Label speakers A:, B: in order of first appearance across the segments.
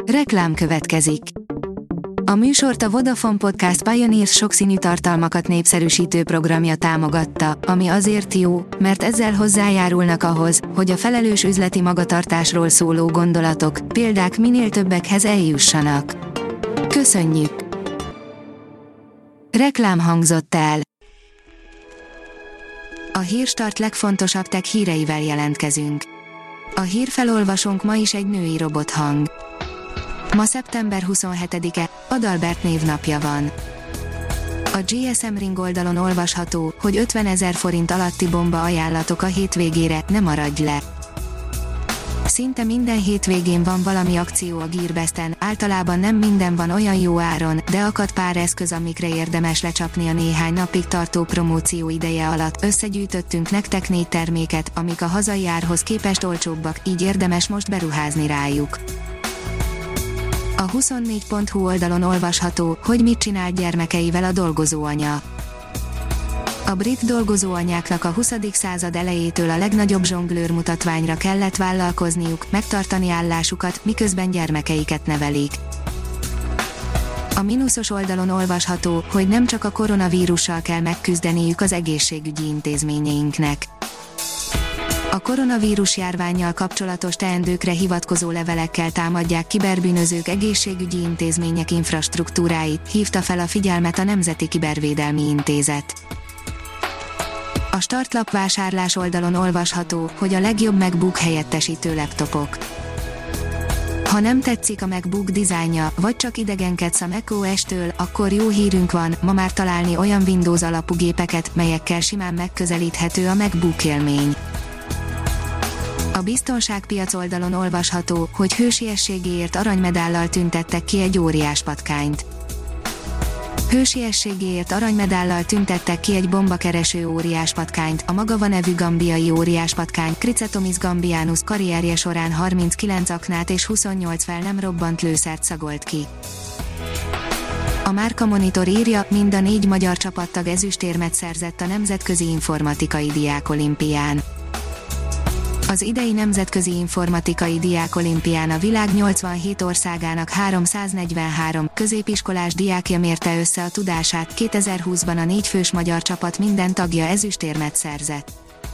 A: Reklám következik. A műsort a Vodafone Podcast Pioneers sokszínű tartalmakat népszerűsítő programja támogatta, ami azért jó, mert ezzel hozzájárulnak ahhoz, hogy a felelős üzleti magatartásról szóló gondolatok, példák minél többekhez eljussanak. Köszönjük! Reklám hangzott el. A Hírstart legfontosabb tech híreivel jelentkezünk. A hírfelolvasónk ma is egy női robothang. Ma szeptember 27-e, Adalbert névnapja van. A GSM Ring oldalon olvasható, hogy 50 000 forint alatti bomba ajánlatok a hétvégére, ne maradj le! Szinte minden hétvégén van valami akció a Gearbesten, általában nem minden van olyan jó áron, de akad pár eszköz, amikre érdemes lecsapni a néhány napig tartó promóció ideje alatt. Összegyűjtöttünk nektek 4 terméket, amik a hazai árhoz képest olcsóbbak, így érdemes most beruházni rájuk. A 24.hu oldalon olvasható, hogy mit csinált gyermekeivel a dolgozóanya. A brit dolgozóanyáknak a 20. század elejétől a legnagyobb zsonglőr mutatványra kellett vállalkozniuk, megtartani állásukat, miközben gyermekeiket nevelik. A mínuszos oldalon olvasható, hogy nem csak a koronavírussal kell megküzdeniük az egészségügyi intézményeinknek. A koronavírus járvánnyal kapcsolatos teendőkre hivatkozó levelekkel támadják kiberbűnözők egészségügyi intézmények infrastruktúráit, hívta fel a figyelmet a Nemzeti Kibervédelmi Intézet. A startlap vásárlás oldalon olvasható, hogy a legjobb MacBook helyettesítő laptopok. Ha nem tetszik a MacBook dizájnja, vagy csak idegenkedsz a macOS-től, akkor jó hírünk van, ma már találni olyan Windows alapú gépeket, melyekkel simán megközelíthető a MacBook élmény. A biztonságpiac oldalon olvasható, hogy hősiességéért aranymedállal tüntettek ki egy óriáspatkányt. Hősiességéért aranymedállal tüntettek ki egy bombakereső óriáspatkányt, a Magava nevű gambiai óriáspatkány Cricetomis gambianus karrierje során 39 aknát és 28 fel nem robbant lőszert szagolt ki. A Márka Monitor írja, mind a 4 magyar csapattag ezüstérmet szerzett a Nemzetközi Informatikai Diákolimpián. Az idei Nemzetközi Informatikai Diákolimpián a világ 87 országának 343 középiskolás diákja mérte össze a tudását, 2020-ban a 4 fős magyar csapat minden tagja ezüstérmet szerzett.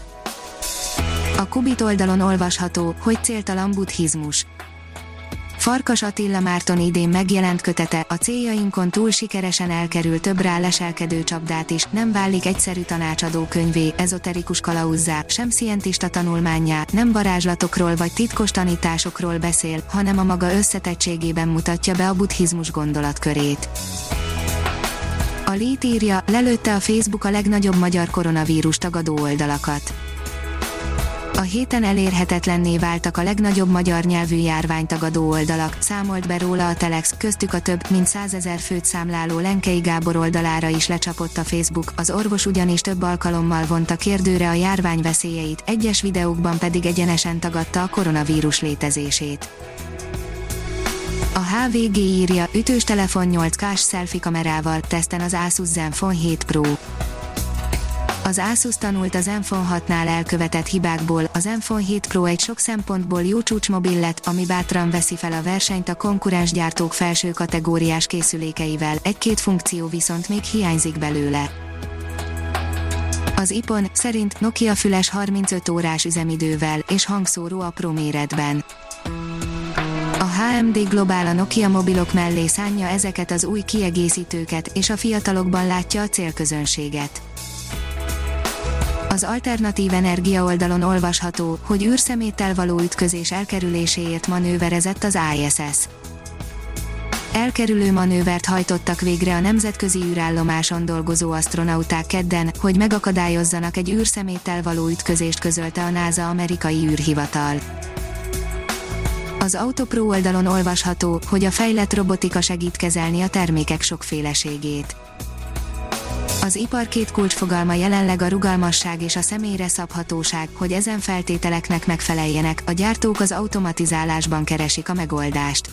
A: A Kubit oldalon olvasható, hogy céltalan buddhizmus. Farkas Attila Márton idén megjelent kötete, a céljainkon túl sikeresen elkerül több rá leselkedő csapdát is, nem válik egyszerű tanácsadó könyvé, ezoterikus kalauzzá, sem szientista tanulmánnyá, nem varázslatokról vagy titkos tanításokról beszél, hanem a maga összetettségében mutatja be a buddhizmus gondolatkörét. A Lét írja, lelőtte a Facebook a legnagyobb magyar koronavírus tagadó oldalakat. A héten elérhetetlenné váltak a legnagyobb magyar nyelvű járványtagadó oldalak, számolt be róla a Telex, köztük a több mint 100 000 főt számláló Lenkei Gábor oldalára is lecsapott a Facebook, az orvos ugyanis több alkalommal vonta kérdőre a járvány veszélyeit, egyes videókban pedig egyenesen tagadta a koronavírus létezését. A HVG írja, ütős telefon 8K-s selfie kamerával, teszten az Asus Zenfone 7 Pro. Az Asus tanult a Zenfone 6-nál elkövetett hibákból, a Zenfone 7 Pro egy sok szempontból jó csúcsmobil lett, ami bátran veszi fel a versenyt a konkurens gyártók felső kategóriás készülékeivel, egy-két funkció viszont még hiányzik belőle. Az IPON szerint Nokia füles 35 órás üzemidővel, és hangszóró apró méretben. A HMD Global a Nokia mobilok mellé szánja ezeket az új kiegészítőket, és a fiatalokban látja a célközönséget. Az alternatív energia oldalon olvasható, hogy űrszeméttel való ütközés elkerüléséért manőverezett az ISS. Elkerülő manővert hajtottak végre a nemzetközi űrállomáson dolgozó asztronauták kedden, hogy megakadályozzanak egy űrszeméttel való ütközést, közölte a NASA amerikai űrhivatal. Az Autopro oldalon olvasható, hogy a fejlett robotika segít kezelni a termékek sokféleségét. Az ipar 2 kulcsfogalma jelenleg a rugalmasság és a személyre szabhatóság, hogy ezen feltételeknek megfeleljenek, a gyártók az automatizálásban keresik a megoldást.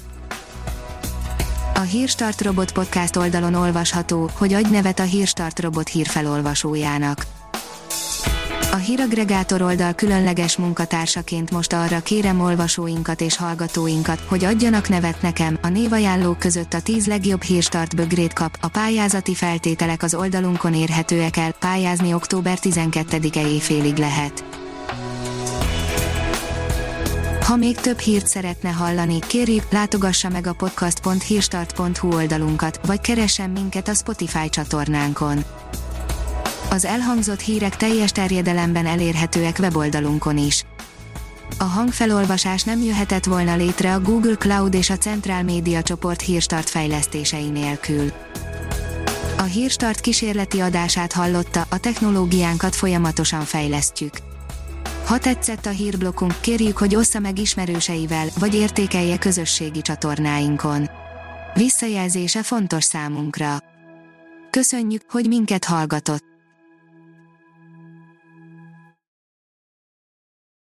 A: A Hírstart Robot Podcast oldalon olvasható, hogy adj nevet a Hírstart Robot hírfelolvasójának. A híraggregátor oldal különleges munkatársaként most arra kérem olvasóinkat és hallgatóinkat, hogy adjanak nevet nekem. A névajánlók között a 10 legjobb hírstart bögrét kap. A pályázati feltételek az oldalunkon érhetőek el, pályázni október 12-e éjfélig lehet. Ha még több hírt szeretne hallani, kérjük, látogassa meg a podcast.hírstart.hu oldalunkat, vagy keressen minket a Spotify csatornánkon. Az elhangzott hírek teljes terjedelemben elérhetőek weboldalunkon is. A hangfelolvasás nem jöhetett volna létre a Google Cloud és a Central Media csoport Hírstart fejlesztései nélkül. A Hírstart kísérleti adását hallotta, a technológiánkat folyamatosan fejlesztjük. Ha tetszett a hírblokkunk, kérjük, hogy ossza meg ismerőseivel, vagy értékelje közösségi csatornáinkon. Visszajelzése fontos számunkra. Köszönjük, hogy minket hallgatott!